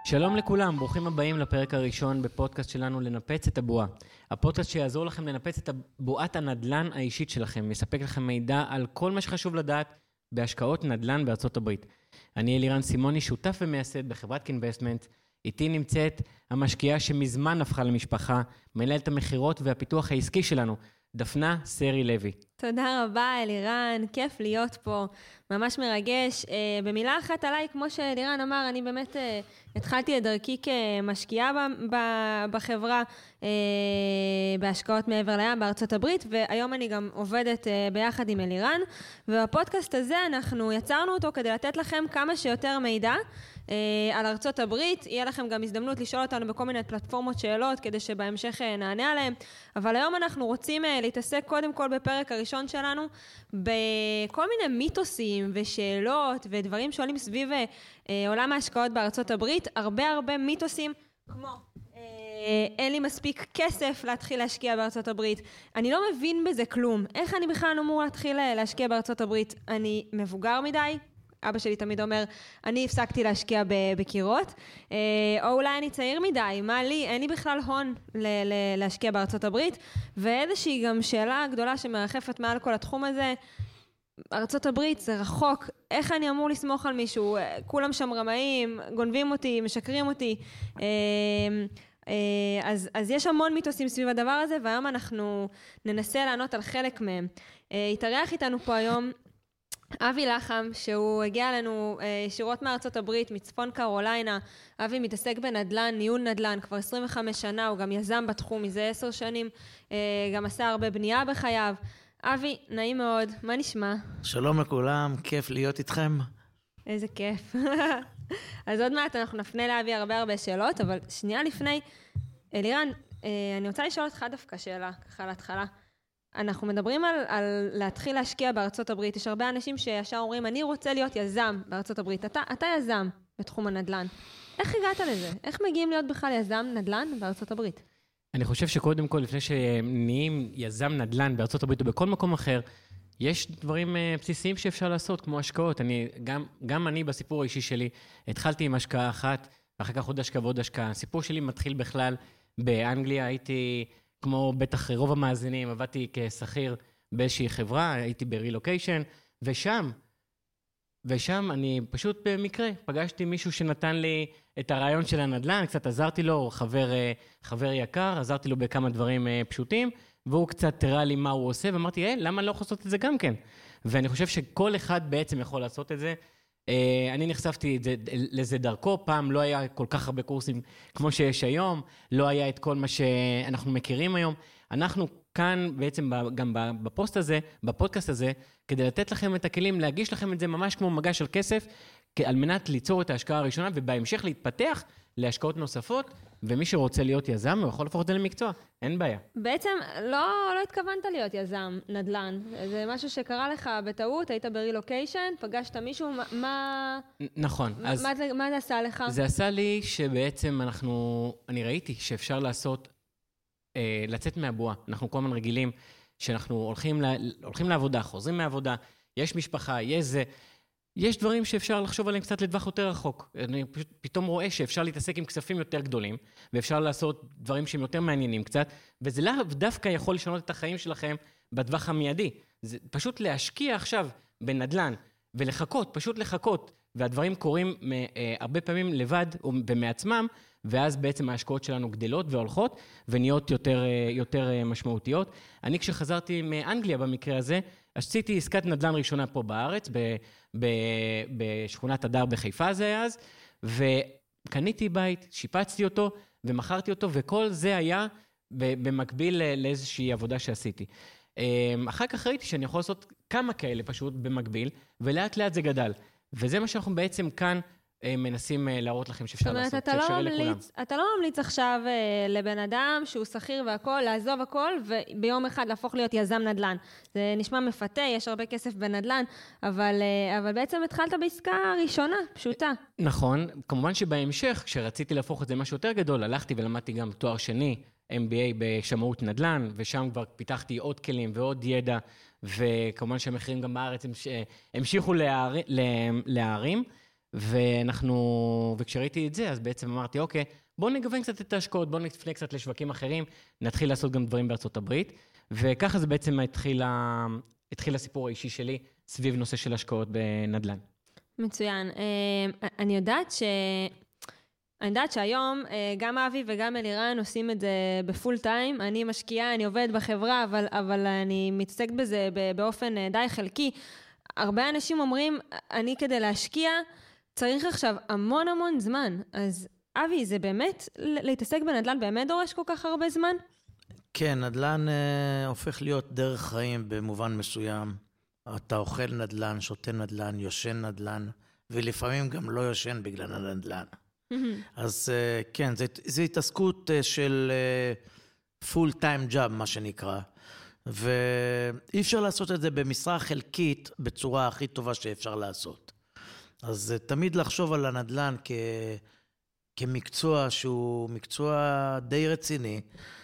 שלום לכולם, ברוכים הבאים לפרק הראשון בפודקאסט שלנו לנפץ את הבועה. הפודקאסט שיעזור לכם לנפץ את בועת הנדל"ן האישית שלכם, יספק לכם מידע על כל מה שחשוב לדעת בהשקעות נדל"ן בארצות הברית. אני אלירן סימוני, שותף ומייסד בחברת קינבסטמנט. איתי נמצאת המשקיעה שמזמן הפכה למשפחה, מנהלת המחירות והפיתוח העסקי שלנו, דפנה סרי לוי. תודה רבה אלירן, כיף להיות פה, ממש מרגש. במילה אחת עליי, כמו שאלירן אמר, אני באמת התחלתי את דרכי כמשקיעה בחברה, בהשקעות מעבר לים בארצות הברית, והיום אני גם עובדת ביחד עם אלירן, ובפודקאסט הזה אנחנו יצרנו אותו כדי לתת לכם כמה שיותר מידע על ארצות הברית. יהיה לכם גם הזדמנות לשאול אותנו בכל מיני פלטפורמות שאלות, כדי שבהמשך נענה עליהם, אבל היום אנחנו רוצים להתעסק קודם כל בפרק הראשון שלנו, בכל מיני מיתוסים ושאלות ודברים שעולים סביב עולם ההשקעות בארצות הברית, הרבה מיתוסים כמו אין לי מספיק כסף להתחיל להשקיע בארצות הברית, אני לא מבין בזה כלום, איך אני בכלל אמור להתחיל להשקיע בארצות הברית, אני מבוגר מדי, אבא שלי תמיד אומר, אני הפסקתי להשקיע בקירות, או אולי אני צעיר מדי, מה לי? אין לי בכלל הון להשקיע בארצות הברית, ואיזושהי גם שאלה גדולה שמרחפת מעל כל התחום הזה, ארצות הברית זה רחוק, איך אני אמור לסמוך על מישהו? כולם שם רמאים, גונבים אותי, משקרים אותי, אז יש המון מיתוסים סביב הדבר הזה, והיום אנחנו ננסה לענות על חלק מהם. התארח איתנו פה היום, אבי לחם, שהוא הגיע אלינו ישירות מארצות הברית, מצפון קרוליינה. אבי מתעסק בנדל"ן, ניהול נדל"ן, כבר 25 שנה, הוא גם יזם בתחום מזה 10 שנים, גם עשה הרבה בנייה בחייו. אבי, נעים מאוד, מה נשמע? שלום לכולם, כיף להיות איתכם. איזה כיף. אז עוד מעט אנחנו נפנה לאבי הרבה שאלות, אבל שנייה לפני, אלירן, אני רוצה לשאול אותך דווקא שאלה, ככה להתחלה. אנחנו מדברים על להתחיל להשקיע בארצות הברית. יש הרבה אנשים שישר אומרים, אני רוצה להיות יזם בארצות הברית. אתה יזם בתחום הנדל"ן. איך הגעת לזה? איך מגיעים להיות בכלל יזם נדל"ן בארצות הברית? אני חושב שקודם כל, לפני שנהיים יזם נדל"ן בארצות הברית או בכל מקום אחר, יש דברים בסיסיים שאפשר לעשות, כמו השקעות. גם אני בסיפור האישי שלי, התחלתי עם השקעה אחת, ואחר כך עוד השקעה ועוד השקעה. הסיפור שלי מתחיל בכלל באנגליה, הייתי כמו בטח רוב המאזינים, עבדתי כשכיר באיזושהי חברה, הייתי ברילוקיישן, ושם אני פשוט במקרה פגשתי מישהו שנתן לי את הרעיון של הנדל"ן, קצת עזרתי לו, חבר יקר, עזרתי לו בכמה דברים פשוטים, והוא קצת תראה לי מה הוא עושה, ואמרתי, למה לא יכול לעשות את זה גם כן? ואני חושב שכל אחד בעצם יכול לעשות את זה. אני נחשפתי לזה דרכו, פעם לא היה כל כך הרבה קורסים כמו שיש היום, לא היה את כל מה שאנחנו מכירים היום. אנחנו כאן בעצם גם בפודקאסט הזה, כדי לתת לכם את הכלים, להגיש לכם את זה ממש כמו מגש של כסף, על מנת ליצור את ההשקעה הראשונה, ובהמשך להתפתח להשקעות נוספות, ומי שרוצה להיות יזם, הוא יכול להפוך את זה למקצוע, אין בעיה. בעצם לא התכוונת להיות יזם נדל"ן, זה משהו שקרה לך בטעות, היית ברילוקיישן, פגשת מישהו, נכון. מה זה עשה לך? זה עשה לי שבעצם אני ראיתי שאפשר לצאת מהבועה. אנחנו כל הזמן רגילים שאנחנו הולכים לעבודה, חוזרים מהעבודה, יש משפחה, יש דברים שאפשר לחשוב עליהם קצת לטווח יותר רחוק. אני פתאום רואה שאפשר להתעסק עם כספים יותר גדולים, ואפשר לעשות דברים שהם יותר מעניינים קצת, וזה לאו דווקא יכול לשנות את החיים שלכם בטווח המיידי. זה פשוט להשקיע עכשיו בנדל"ן, ולחכות, פשוט לחכות, והדברים קורים הרבה פעמים לבד ומעצמם, ואז בעצם ההשקעות שלנו גדלות והולכות, ונהיות יותר משמעותיות. אני כשחזרתי מאנגליה במקרה הזה, עשיתי עסקת נדל"ן ראשונה פה בארץ, בשכונת הדר בחיפה זה היה אז, וקניתי בית, שיפצתי אותו, ומכרתי אותו, וכל זה היה במקביל לאיזושהי עבודה שעשיתי. אחר כך ראיתי שאני יכול לעשות כמה כאלה פשוט במקביל, ולאט לאט זה גדל. וזה מה שאנחנו בעצם כאן מנסים להראות לכם שאפשר לעשות, שאפשרי לכולם. אתה לא ממליץ עכשיו לבן אדם שהוא שכיר והכל, לעזוב הכל, וביום אחד להפוך להיות יזם נדל"ן. זה נשמע מפתה, יש הרבה כסף בנדל"ן, אבל בעצם התחלת בעסקה ראשונה, פשוטה. נכון, כמובן שבהמשך, כשרציתי להפוך את זה משהו יותר גדול, הלכתי ולמדתי גם תואר שני, MBA בשמאות נדל"ן, ושם כבר פיתחתי עוד כלים ועוד ידע, וכמובן שהמחירים גם בארץ המשיכו להרים, וכשראיתי את זה, אז בעצם אמרתי, אוקיי, בואו נגוון קצת את ההשקעות, בואו נפנה קצת לשווקים אחרים, נתחיל לעשות גם דברים בארצות הברית, וככה זה בעצם התחיל הסיפור האישי שלי, סביב נושא של השקעות בנדל"ן. מצוין. אני יודעת שהיום גם אבי וגם אלירן עושים את זה בפול טיים. אני משקיעה, אני עובדת בחברה, אבל אני מתעסקת בזה באופן די חלקי. הרבה אנשים אומרים, אני כדי להשקיע צריך עכשיו המון המון זמן. אז אבי, זה באמת, להתעסק בנדל"ן באמת דורש כל כך הרבה זמן? כן, נדל"ן הופך להיות דרך חיים במובן מסוים. אתה אוכל נדל"ן, שותה נדל"ן, יושן נדל"ן, ולפעמים גם לא יושן בגלל הנדל"ן. אז כן, זו התעסקות של full time job, מה שנקרא. ואי אפשר לעשות את זה במשרה חלקית בצורה הכי טובה שאפשר לעשות. אז תמיד לחשוב על הנדל"ן כמקצוע שהוא מקצוע די רציני,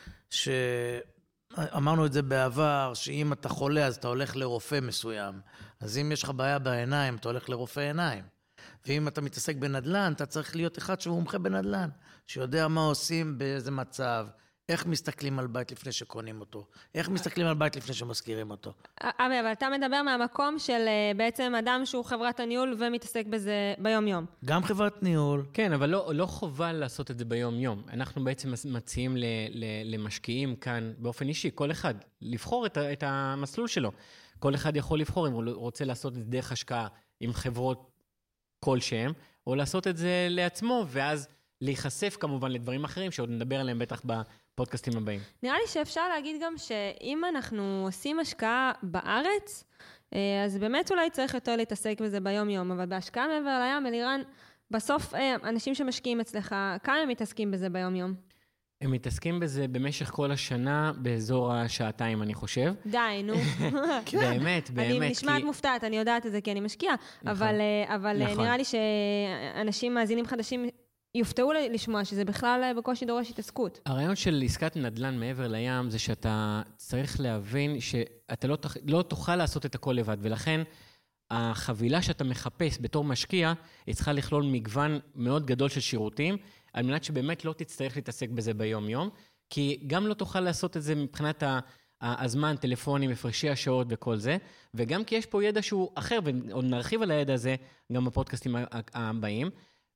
שאמרנו את זה בעבר, שאם אתה חולה אז אתה הולך לרופא מסוים, אז אם יש לך בעיה בעיניים אתה הולך לרופא עיניים, ואם אתה מתעסק בנדל"ן אתה צריך להיות אחד שהוא מומחה בנדל"ן, שיודע מה עושים באיזה מצב, איך מסתכלים על בית לפני שקונים אותו, איך מסתכלים על בית לפני שמזכירים אותו. אבל אתה מדבר מהמקום של בעצם אדם שהוא חברת הניהול ומתעסק בזה ביום יום. גם חברת ניהול. כן, אבל לא חובה לעשות את זה ביום יום. אנחנו בעצם מציעים למשקיעים כאן באופן אישי, כל אחד, לבחור את המסלול שלו. כל אחד יכול לבחור אם הוא רוצה לעשות את זה דרך השקעה עם חברות כלשהם, או לעשות את זה לעצמו, ואז להיחשף כמובן לדברים אחרים, שעוד נדבר עליהם בטח בפודקאסטים הבאים. נראה לי שאפשר להגיד גם שאם אנחנו עושים השקעה בארץ, אז באמת אולי צריך יותר להתעסק בזה ביום יום, אבל בהשקעה מעבר לים, אלירן, בסוף אנשים שמשקיעים אצלך, כמה הם מתעסקים בזה ביום יום? הם מתעסקים בזה במשך כל השנה, באזור השעתיים, אני חושב. די, נו. באמת. אני נשמעת מופתעת, אני יודעת את זה כי אני משקיעה, אבל נראה לי שאנשים מאזינים חדשים יופתעו לשמוע שזה בכלל בקושי דורש התעסקות. הרעיון של עסקת נדל"ן מעבר לים זה שאתה צריך להבין שאתה לא תוכל לעשות את הכל לבד, ולכן החבילה שאתה מחפש בתור משקיע, היא צריכה לכלול מגוון מאוד גדול של שירותים, על מנת שבאמת לא תצטרך להתעסק בזה ביום יום, כי גם לא תוכל לעשות את זה מבחינת הזמן, טלפונים, הפרשי השעות וכל זה, וגם כי יש פה ידע שהוא אחר, ועוד נרחיב על הידע הזה גם בפודקאסטים הבאים,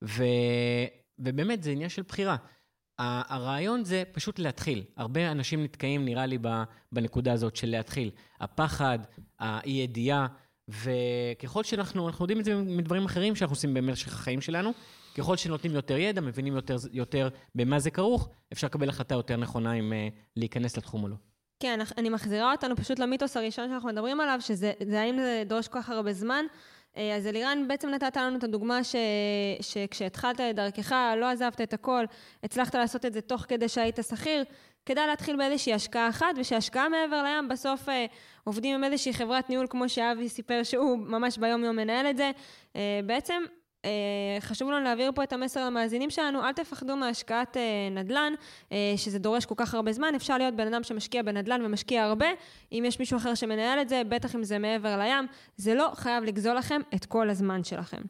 ובאמת זה עניין של בחירה. הרעיון זה פשוט להתחיל. הרבה אנשים נתקעים, נראה לי, בנקודה הזאת של להתחיל. הפחד, האי-ידיעה, וככל שאנחנו יודעים את זה מדברים אחרים שאנחנו עושים במשך החיים שלנו, ככל שנותנים יותר ידע, מבינים יותר במה זה כרוך, אפשר לקבל החלטה יותר נכונה אם להיכנס לתחום או לא. כן, אני מחזירה אותנו פשוט למיתוס הראשון שאנחנו מדברים עליו, שזה האם זה דורש כל כך הרבה זמן. אז אלירן בעצם נתת לנו את הדוגמה שכשהתחלת את דרכך, לא עזבת את הכל, הצלחת לעשות את זה תוך כדי שהיית שכיר, כדאי להתחיל באיזושהי השקעה אחת, ושהשקעה מעבר לים בסוף עובדים עם איזושהי חברת ניהול, כמו שאבי סיפר שהוא ממש ביום יום מנהל את זה. בעצם חשוב לנו להעביר פה את המסר למאזינים שלנו, אל תפחדו מהשקעת נדל"ן, שזה דורש כל כך הרבה זמן, אפשר להיות בן אדם שמשקיע בנדל"ן ומשקיע הרבה, אם יש מישהו אחר שמנהל את זה, בטח אם זה מעבר לים, זה לא חייב לגזול לכם את כל הזמן שלכם.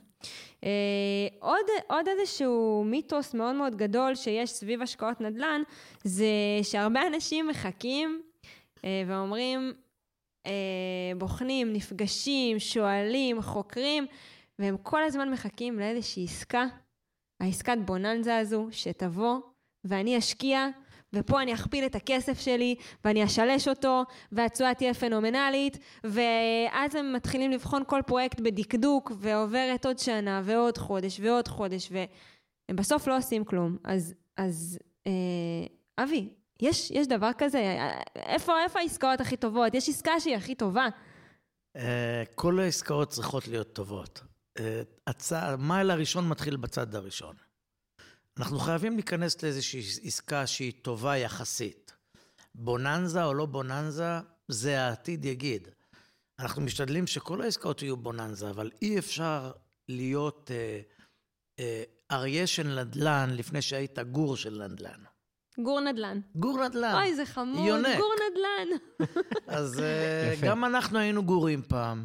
עוד איזשהו מיתוס מאוד מאוד גדול שיש סביב השקעות נדל"ן, זה שהרבה אנשים מחכים ואומרים, בוחנים, נפגשים, שואלים, חוקרים, והם כל הזמן מחכים לאיזושהי עסקה, העסקת בוננזה הזו, שתבוא ואני אשקיע, ופה אני אכפיל את הכסף שלי, ואני אשלש אותו, והתשואה תהיה פנומנלית, ואז הם מתחילים לבחון כל פרויקט בדקדוק, ועוברת עוד שנה, ועוד חודש, ועוד חודש, והם בסוף לא עושים כלום. אז אבי, יש דבר כזה? איפה העסקאות הכי טובות? יש עסקה שהיא הכי טובה? כל העסקאות צריכות להיות טובות. המייל הראשון מתחיל בצד הראשון. אנחנו חייבים להיכנס לאיזושהי עסקה שהיא טובה יחסית. בוננזה או לא בוננזה, זה העתיד יגיד. אנחנו משתדלים שכל העסקאות יהיו בוננזה, אבל אי אפשר להיות אריה של נדל"ן לפני שהיית גור של נדל"ן. גור נדל"ן. גור נדל"ן. אוי, זה חמוד, יונק. גור נדל"ן. אז גם אנחנו היינו גורים פעם.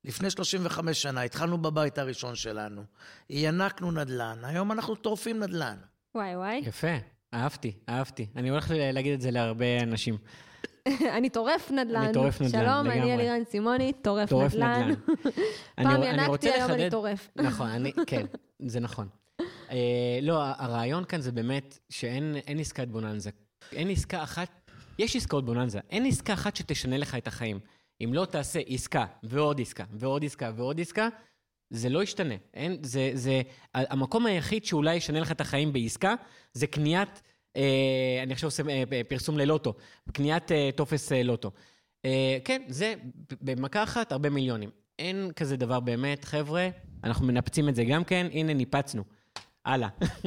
לפני 35 שנה, התחלנו בבית הראשון שלנו, ינקנו נדל"ן, היום אנחנו טורפים נדל"ן. וואי וואי. יפה, אהבתי. אני הולך להגיד את זה להרבה אנשים. אני טורף נדל"ן. אני טורף נדל"ן, שלום, לגמרי. אני אלירן סימוני, טורף נדל"ן. פעם ינקתי, היום אני טורף. נכון, כן, זה נכון. לא, הרעיון כאן זה באמת שאין עסקת בוננזה. אין עסקה אחת, יש עסקאות בוננזה, אין עסקה אחת שתשנה לך את החיים. אם לא תעשה עסקה ועוד עסקה ועוד עסקה ועוד עסקה, זה לא ישתנה. המקום היחיד שאולי ישנה לך את החיים בעסקה, זה קניית, אני עכשיו עושה פרסום ללוטו, קניית טופס לוטו. כן, זה במכה אחת הרבה מיליונים. אין כזה דבר באמת, חבר'ה, אנחנו מנפצים את זה גם כן, הנה ניפצנו. הלאה.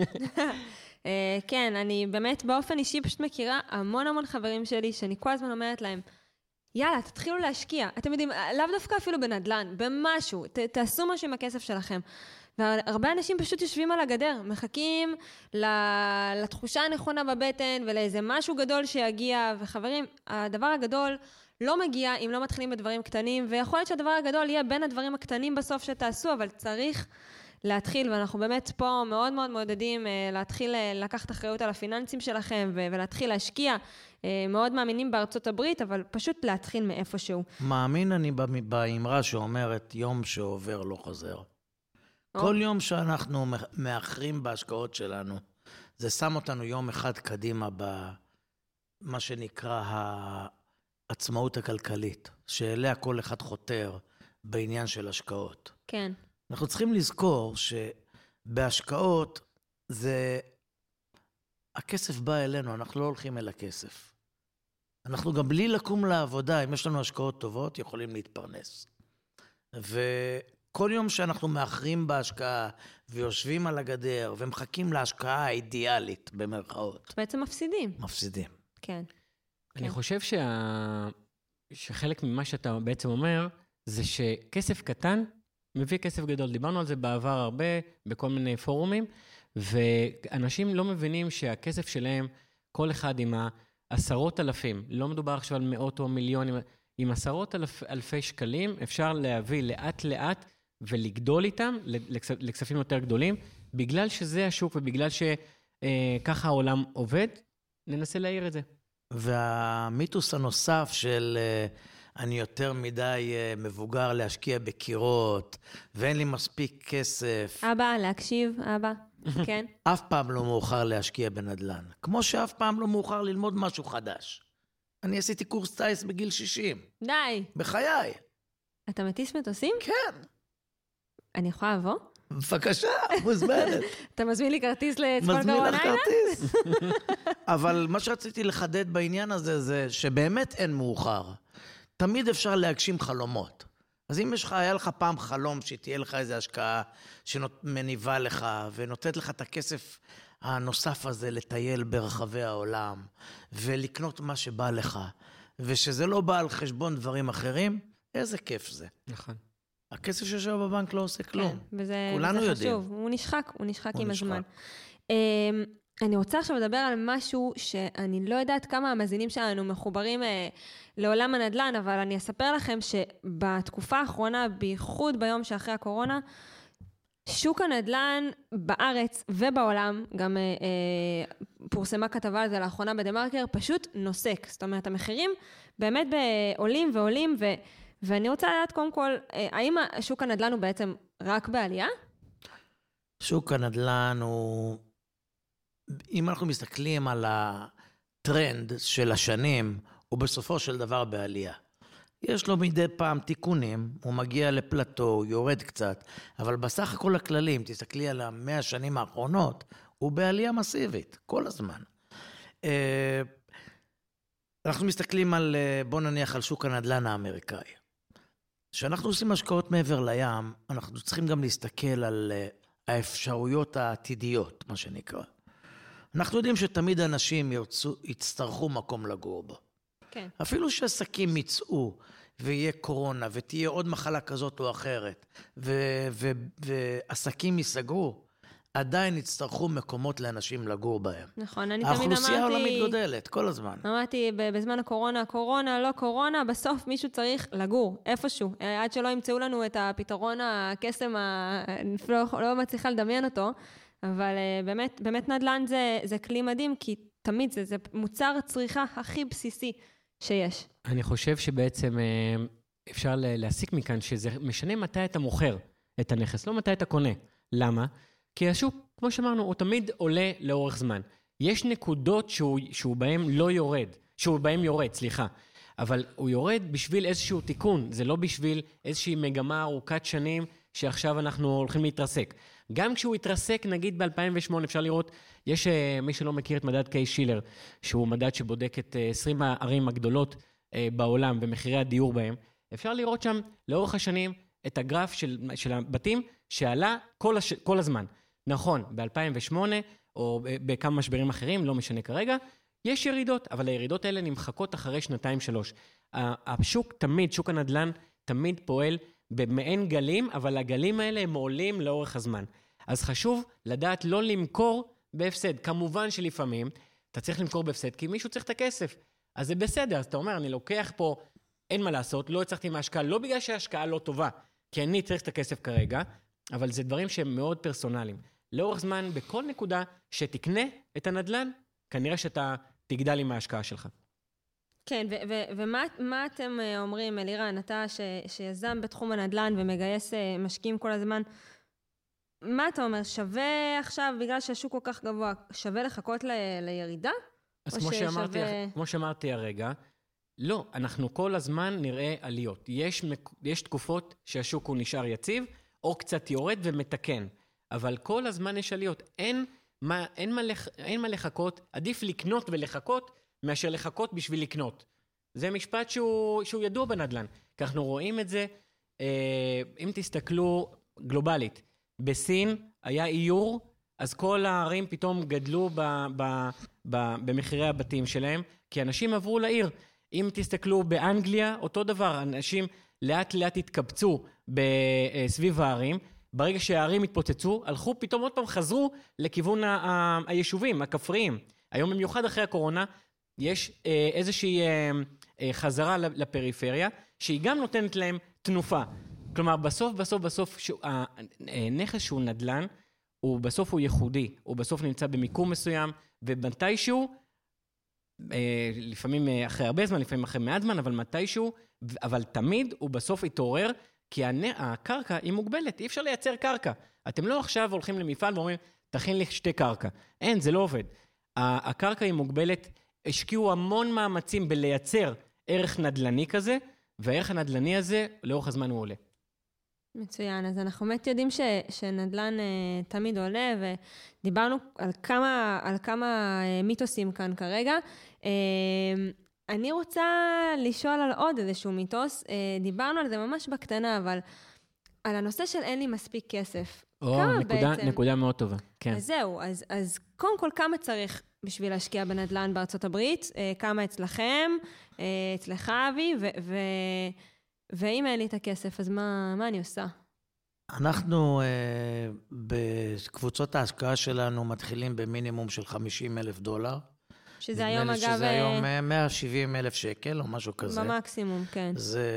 כן, אני באמת באופן אישי פשוט מכירה המון חברים שלי, שאני כל הזמן אומרת להם, יאללה, תתחילו להשקיע. אתם יודעים, לאו דווקא אפילו בנדל"ן, במשהו, תעשו משהו עם הכסף שלכם. והרבה אנשים פשוט יושבים על הגדר, מחכים לתחושה הנכונה בבטן, ולאיזה משהו גדול שיגיע, וחברים, הדבר הגדול לא מגיע אם לא מתחילים בדברים קטנים, ויכול להיות שהדבר הגדול יהיה בין הדברים הקטנים בסוף שתעשו, אבל צריך להתחיל, ואנחנו באמת פה מאוד מאוד מעודדים להתחיל לקחת אחריות על הפיננסים שלכם, ולהתחיל להשקיע. מאוד מאמינים בארצות הברית, אבל פשוט להתחיל מאיפשהו. מאמין אני באמרה שאומרת, יום שעובר לא חוזר. כל יום שאנחנו מאחרים בהשקעות שלנו, זה שם אותנו יום אחד קדימה במה שנקרא העצמאות הכלכלית, שאליה כל אחד חותר בעניין של השקעות. כן. אנחנו צריכים לזכור שבהשקעות זה, הכסף בא אלינו, אנחנו לא הולכים אל הכסף. אנחנו גם בלי לקום לעבודה, אם יש לנו השקעות טובות, יכולים להתפרנס. וכל יום שאנחנו מאחרים בהשקעה, ויושבים על הגדר, ומחכים להשקעה האידיאלית, במרכאות. בעצם מפסידים. מפסידים. כן. אני חושב שחלק ממה שאתה בעצם אומר, זה שכסף קטן מביא כסף גדול. דיברנו על זה בעבר הרבה, בכל מיני פורומים, ואנשים לא מבינים שהכסף שלהם, כל אחד עם עשרות אלפים, לא מדובר עכשיו על מאות או מיליונים, עם עשרות אלפי שקלים, אפשר להביא לאט לאט ולגדול איתם לכספים יותר גדולים, בגלל שזה השוק ובגלל שככה העולם עובד, ננסה להעיר את זה. והמיתוס הנוסף של אני יותר מדי מבוגר להשקיע בקירות, ואין לי מספיק כסף. אבא, להקשיב, אבא, כן. אף פעם לא מאוחר להשקיע בנדל"ן. כמו שאף פעם לא מאוחר ללמוד משהו חדש. אני עשיתי קורס טייס בגיל 60. די. בחיי. אתה מטיס מטוסים? כן. אני יכולה לבוא? בבקשה, מוזמנת. אתה מזמין לי כרטיס לצפון קרוליינה? מזמין לך כרטיס. אבל מה שרציתי לחדד בעניין הזה, זה שבאמת אין מאוחר. תמיד אפשר להגשים חלומות. אז אם היה לך פעם חלום שתהיה לך איזו השקעה שמניבה לך ונותנת לך את הכסף הנוסף הזה לטייל ברחבי העולם ולקנות מה שבא לך, ושזה לא בא על חשבון דברים אחרים, איזה כיף זה. נכון. הכסף שיושב בבנק לא עושה כלום. כן, וזה כולנו חשוב. יודעים. הוא נשחק עם הזמן. אני רוצה עכשיו לדבר על משהו שאני לא יודעת כמה המאזינים שלנו מחוברים לעולם הנדל"ן, אבל אני אספר לכם שבתקופה האחרונה, בייחוד ביום שאחרי הקורונה, שוק הנדל"ן בארץ ובעולם, גם פורסמה כתבה על זה לאחרונה בדה-מרקר, פשוט נוסק. זאת אומרת, המחירים באמת עולים ועולים, ואני רוצה לדעת קודם כל, האם שוק הנדל"ן הוא בעצם רק בעלייה? שוק הנדל"ן הוא, אם אנחנו מסתכלים על הטרנד של השנים, הוא בסופו של דבר בעלייה. יש לו מדי פעם תיקונים, הוא מגיע לפלטו, הוא יורד קצת, אבל בסך הכל הכללי, אם תסתכלי על 100 השנים האחרונות, הוא בעלייה מסיבית, כל הזמן. אנחנו מסתכלים על, בוא נניח על שוק הנדל"ן האמריקאי. כשאנחנו עושים השקעות מעבר לים, אנחנו צריכים גם להסתכל על האפשרויות העתידיות, מה שנקרא. אנחנו יודעים שתמיד אנשים יצטרכו מקום לגור בו. כן. אפילו שעסקים יצאו ויהיה קורונה ותהיה עוד מחלה כזאת או אחרת, ועסקים ייסגרו, עדיין יצטרכו מקומות לאנשים לגור בהם. נכון, אני תמיד אמרתי... האוכלוסייה העולמית גודלת, כל הזמן. אמרתי, בזמן הקורונה, לא קורונה, בסוף מישהו צריך לגור, איפשהו. עד שלא ימצאו לנו את הפתרון, הקסם, לא מצליחה לדמיין אותו, אבל באמת נדל"ן זה כלי מדהים, כי תמיד זה מוצר צריכה הכי בסיסי שיש. אני חושב שבעצם אפשר להסיק מכאן שזה משנה מתי אתה מוכר את הנכס, לא מתי אתה קונה. למה? כי השוק, כמו שאמרנו, הוא תמיד עולה לאורך זמן. יש נקודות שהוא בהם לא יורד, שהוא בהם יורד, סליחה. אבל הוא יורד בשביל איזשהו תיקון, זה לא בשביל איזושהי מגמה ארוכת שנים שעכשיו אנחנו הולכים להתרסק. גם כשהוא התרסק, נגיד ב-2008, אפשר לראות, יש מי שלא מכיר את מדד קיי שילר, שהוא מדד שבודק את 20 הערים הגדולות בעולם ומחירי הדיור בהם. אפשר לראות שם לאורך השנים את הגרף של הבתים שעלה כל הזמן. נכון, ב-2008 או בכמה משברים אחרים, לא משנה כרגע, יש ירידות, אבל הירידות האלה נמחקות אחרי 2-3. השוק תמיד, שוק הנדל"ן תמיד פועל במעין גלים, אבל הגלים האלה הם עולים לאורך הזמן. אז חשוב לדעת לא למכור בהפסד. כמובן שלפעמים אתה צריך למכור בהפסד, כי מישהו צריך את הכסף. אז זה בסדר, אז אתה אומר, אני לוקח פה, אין מה לעשות, לא הצלחתי מההשקעה, לא בגלל שההשקעה לא טובה, כי אני צריך את הכסף כרגע, אבל זה דברים שהם מאוד פרסונליים. לאורך זמן, בכל נקודה שתקנה את הנדל"ן, כנראה שאתה תגדל עם ההשקעה שלך. כן, ומה אתם אומרים, אלירן, אתה שיזם בתחום הנדל"ן ומגייס משקיעים כל הזמן, מה אתה אומר, שווה עכשיו, בגלל שהשוק כל כך גבוה, שווה לחכות לירידה? אז כמו שאמרתי הרגע, לא, אנחנו כל הזמן נראה עליות. יש תקופות שהשוק הוא נשאר יציב, או קצת יורד ומתקן. אבל כל הזמן יש עליות. אין מה לחכות, עדיף לקנות ולחכות, מאשר לחכות בשביל לקנות. זה משפט שהוא ידוע בנדל"ן. כי אנחנו רואים את זה, אם תסתכלו גלובלית, בסין היה איור, אז כל הערים פתאום גדלו במחירי הבתים שלהם, כי אנשים עברו לעיר. אם תסתכלו באנגליה, אותו דבר, אנשים לאט לאט התקבצו סביב הערים, ברגע שהערים התפוצצו, הלכו, פתאום עוד פעם חזרו לכיוון היישובים, הכפריים. היום במיוחד אחרי הקורונה, יש איזושהי חזרה לפריפריה, שהיא גם נותנת להם תנופה. כלומר, בסוף, הנכס שהוא נדל"ן, בסוף הוא ייחודי, הוא בסוף נמצא במיקום מסוים, ומתישהו, לפעמים אחרי הרבה זמן, לפעמים אחרי מעט זמן, אבל מתישהו, אבל תמיד הוא בסוף יתעורר, כי הקרקע היא מוגבלת, אי אפשר לייצר קרקע. אתם לא עכשיו הולכים למפעל ואומרים, תכין לי 2 קרקע. אין, זה לא עובד. הקרקע היא מוגבלת, השקיעו המון מאמצים בלייצר ערך נדל"ני כזה, והערך הנדל"ני הזה, לאורך הזמן הוא עולה. מצוין, אז אנחנו באמת יודעים שנדל"ן תמיד עולה, ודיברנו על כמה מיתוסים כאן כרגע. אני רוצה לשאול על עוד איזשהו מיתוס, דיברנו על זה ממש בקטנה, אבל על הנושא של אין לי מספיק כסף. נקודה מאוד טובה, כן. אז זהו, אז קודם כל כמה צריך בשביל להשקיע בנדל"ן בארצות הברית, כמה אצלכם, אצלך אבי, ואם אין לי את הכסף, אז מה אני עושה? אנחנו בקבוצות ההשקעה שלנו מתחילים במינימום של $50,000. שזה היום אגב... שזה היום 170,000 שקל או משהו כזה. במקסימום, כן.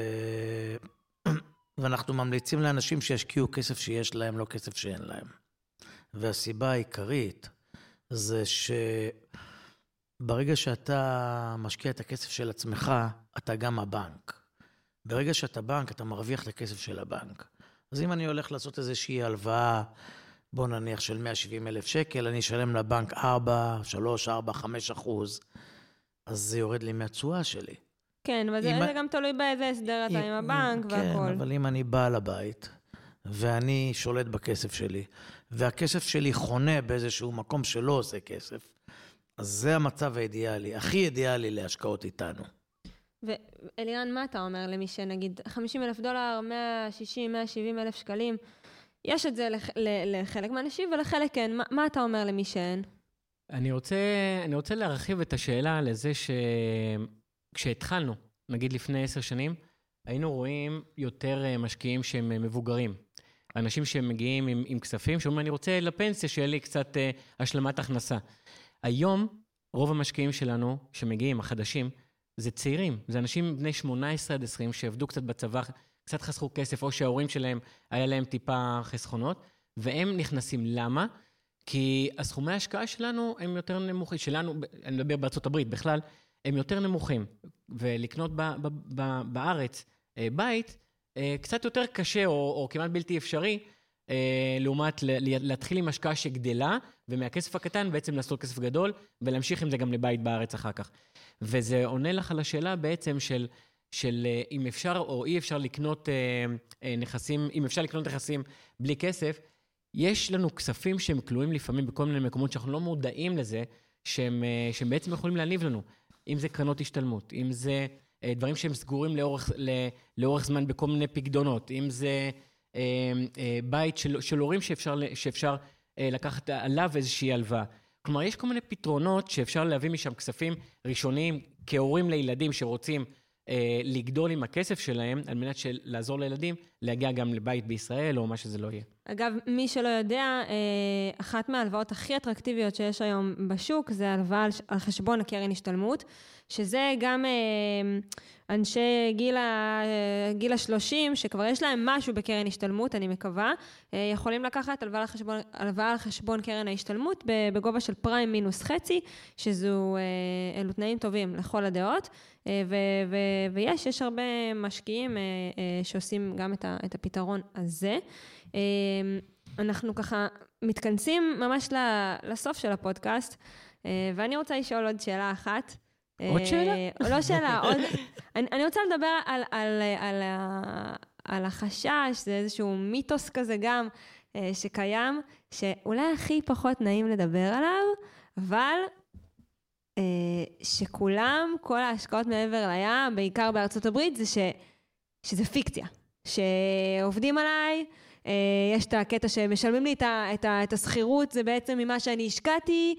ואנחנו ממליצים לאנשים שישקיעו כסף שיש להם, לא כסף שאין להם. והסיבה העיקרית זה שברגע שאתה משקיע את הכסף של עצמך, אתה גם הבנק. ברגע שאתה בנק, אתה מרוויח את הכסף של הבנק. אז אם אני הולך לעשות איזושהי הלוואה, בוא נניח של 170,000 שקל, אני אשלם לבנק 4, 3, 4, 5%, אז זה יורד לי מהתשואה שלי. כן, אבל זה גם תלוי באיזה הסדר אתה עם הבנק והכל. כן, אבל אם אני בא לבית, ואני שולט בכסף שלי, והכסף שלי חונה באיזשהו מקום שלא עושה כסף, אז זה המצב האידיאלי, הכי אידיאלי להשקעות איתנו. ואלירן, מה אתה אומר למי שנגיד $50,000, 160, 170,000 שקלים, יש את זה לחלק מהאנשים ולחלק כן, מה אתה אומר למי שאין? אני רוצה להרחיב את השאלה לזה כשהתחלנו, נגיד לפני 10 שנים, היינו רואים יותר משקיעים שהם מבוגרים. אנשים שמגיעים עם כספים, שאומרים, אני רוצה לפנסיה, שיהיה לי קצת השלמת הכנסה. היום, רוב המשקיעים שלנו, שמגיעים, החדשים, זה צעירים, זה אנשים בני 18 עד 20, שעבדו קצת בצבא, קצת חסכו כסף, או שההורים שלהם, היה להם טיפה חסכונות, והם נכנסים. למה? כי הסכומי ההשקעה שלנו הם יותר נמוכים, שלנו, אני מדבר בארצות הברית, בכלל, הם יותר נמוכים, ולקנות בארץ בית, קצת יותר קשה, או כמעט בלתי אפשרי, לעומת להתחיל עם השקעה שגדלה, ומהכסף הקטן בעצם לעשות כסף גדול, ולהמשיך עם זה גם לבית בארץ אחר כך. וזה עונה לך על השאלה בעצם של אם אפשר או אי אפשר לקנות נכסים, אם אפשר לקנות נכסים בלי כסף, יש לנו כספים שהם כלואים לפעמים בכל מיני מקומות שאנחנו לא מודעים לזה, שהם בעצם יכולים להניב לנו. אם זה קרנות השתלמות, אם זה דברים שהם סגורים לאורך זמן בכל מיני פקדונות, אם זה בית של הורים שאפשר לקחת עליו איזושהי הלוואה. כלומר, יש כל מיני פתרונות שאפשר להביא משם כספים ראשוניים כהורים לילדים שרוצים לגדול עם הכסף שלהם, על מנת לעזור לילדים להגיע גם לבית בישראל או מה שזה לא יהיה. אגב, מי שלא יודע, אחת מההלוואות הכי אטרקטיביות שיש היום בשוק, זה הלוואה על חשבון הקרן השתלמות, שזה גם אנשי גיל ה-30, שכבר יש להם משהו בקרן השתלמות, אני מקווה, יכולים לקחת הלוואה על חשבון קרן ההשתלמות, בגובה של פריים מינוס חצי, אלו תנאים טובים לכל הדעות, ויש הרבה משקיעים שעושים גם את הפתרון הזה. אנחנו ככה מתכנסים ממש לסוף של הפודקאסט, ואני רוצה לשאול עוד שאלה אחת. עוד שאלה? לא שאלה, עוד... אני רוצה לדבר על החשש, זה איזשהו מיתוס כזה גם שקיים, שאולי הכי פחות נעים לדבר עליו, אבל שכולם, כל ההשקעות מעבר לים, בעיקר בארצות הברית, זה שזה פיקציה. שעובדים עליי, יש את הקטע שמשלמים לי את הסחירות, זה בעצם ממה שאני השקעתי,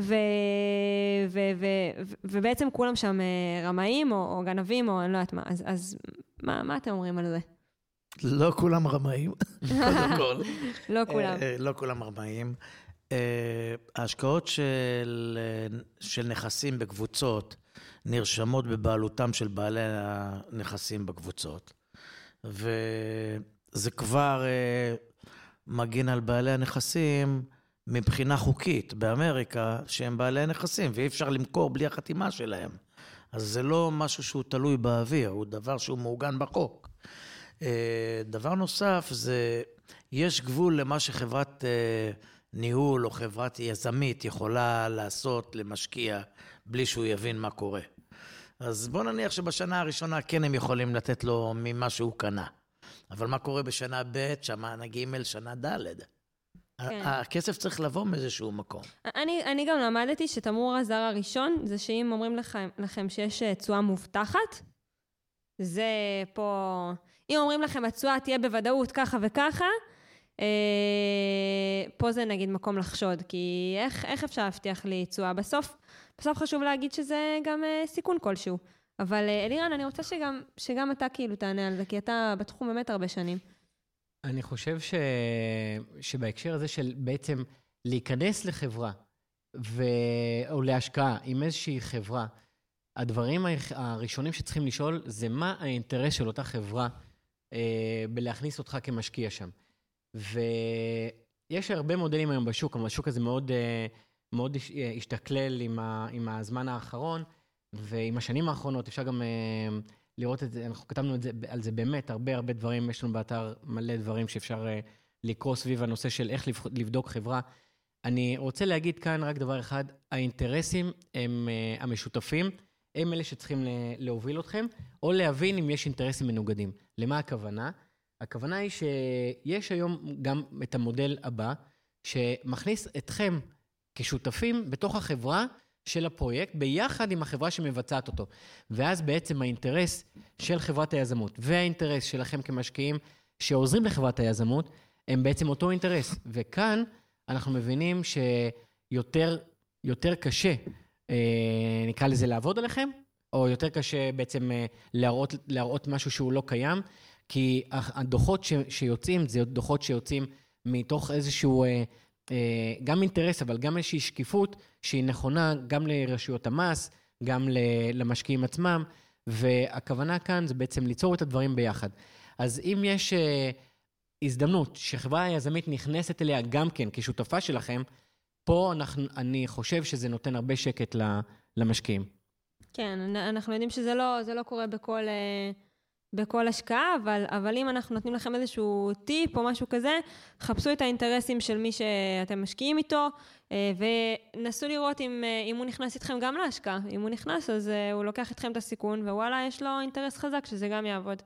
ובעצם כולם שם רמאים או גנבים או אני לא יודעת מה. אז מה אתם אומרים על זה? לא כולם רמאים, קודם כל. לא כולם. לא כולם רמאים. ההשקעות של נכסים בקבוצות נרשמות בבעלותם של בעלי הנכסים בקבוצות. וזה כבר מגן על בעלי הנכסים מבחינה חוקית באמריקה, שהם בעלי נכסים, ואי אפשר למכור בלי החתימה שלהם. אז זה לא משהו שהוא תלוי באוויר, הוא דבר שהוא מעוגן בחוק. דבר נוסף זה, יש גבול למה שחברת ניהול או חברת יזמית יכולה לעשות למשקיע, בלי שהוא יבין מה קורה. אז בוא נניח שבשנה הראשונה כן הם יכולים לתת לו ממה שהוא קנה. אבל מה קורה בשנה ב', שנה ג', שנה ד'? כן. הכסף צריך לבוא מאיזשהו מקום. אני גם למדתי שתמרור הזר הראשון, זה שאם אומרים לכם שיש תשואה מובטחת, זה פה... אם אומרים לכם התשואה תהיה בוודאות ככה וככה, פה זה נגיד מקום לחשוד, כי איך אפשר להבטיח לי תשואה? בסוף חשוב להגיד שזה גם סיכון כלשהו. אבל אלירן, אני רוצה שגם אתה כאילו תענה על זה, כי אתה בתחום באמת הרבה שנים. אני חושב שבהקשר הזה של בעצם להיכנס לחברה, או להשקעה עם איזושהי חברה, הדברים הראשונים שצריכים לשאול זה מה האינטרס של אותה חברה בלהכניס אותך כמשקיע שם. ויש הרבה מודלים היום בשוק, אבל השוק הזה מאוד השתכלל עם הזמן האחרון, ועם השנים האחרונות אפשר גם לראות את זה, אנחנו כתבנו על זה באמת, הרבה דברים, יש לנו באתר מלא דברים שאפשר לקרוא סביב הנושא של איך לבדוק חברה. אני רוצה להגיד כאן רק דבר אחד, האינטרסים הם המשותפים, הם אלה שצריכים להוביל אתכם, או להבין אם יש אינטרסים מנוגדים. למה הכוונה? הכוונה היא שיש היום גם את המודל הבא, שמכניס אתכם כשותפים בתוך החברה של הפרויקט, ביחד עם החברה שמבצעת אותו. ואז בעצם האינטרס של חברת היזמות, והאינטרס שלכם כמשקיעים שעוזרים לחברת היזמות, הם בעצם אותו אינטרס. וכאן אנחנו מבינים שיותר קשה, נקרא לזה לעבוד עליכם, או יותר קשה בעצם להראות משהו שהוא לא קיים, כי הדוחות שיוצאים, זה דוחות שיוצאים מתוך איזשהו, גם אינטרס, אבל גם איזושהי שקיפות, שהיא נכונה גם לרשויות המס, גם למשקיעים עצמם, והכוונה כאן זה בעצם ליצור את הדברים ביחד. אז אם יש הזדמנות שחברה יזמית נכנסת אליה גם כן כשותפה שלכם, פה אני חושב שזה נותן הרבה שקט למשקיעים. כן, אנחנו יודעים שזה לא קורה בכל השקעה, אבל אם אנחנו נותנים לכם איזשהו טיפ או משהו כזה, חפשו את האינטרסים של מי שאתם משקיעים איתו, ונסו לראות אם הוא נכנס איתכם גם להשקעה. אם הוא נכנס, אז הוא לוקח איתכם את הסיכון, ווואלה, יש לו אינטרס חזק שזה גם יעבוד.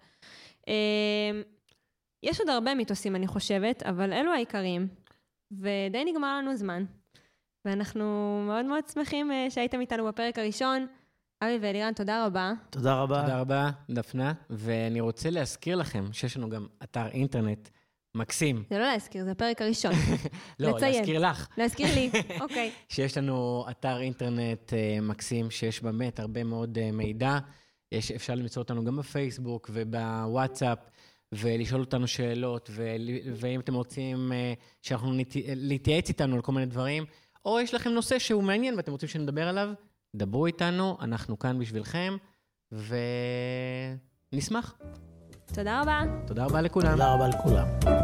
יש עוד הרבה מיתוסים, אני חושבת, אבל אלו העיקריים, ודי נגמר לנו זמן. ואנחנו מאוד מאוד שמחים שהייתם איתנו בפרק הראשון. אבי ואלירן, תודה רבה. תודה רבה. תודה רבה, דפנה. ואני רוצה להזכיר לכם שיש לנו גם אתר אינטרנט מקסים. זה לא להזכיר, זה הפרק הראשון. לא, להזכיר לך. להזכיר לי, אוקיי. שיש לנו אתר אינטרנט מקסים, שיש באמת הרבה מאוד מידע. אפשר למצוא אותנו גם בפייסבוק ובוואטסאפ, ולשאול אותנו שאלות, ואם אתם רוצים שאנחנו להתייעץ איתנו על כל מיני דברים, או יש לכם נושא שהוא מעניין ואתם רוצים שנדבר עליו, דברו איתנו, אנחנו כאן בשבילכם, ונשמח. תודה רבה. תודה רבה לכולם. תודה רבה לכולם.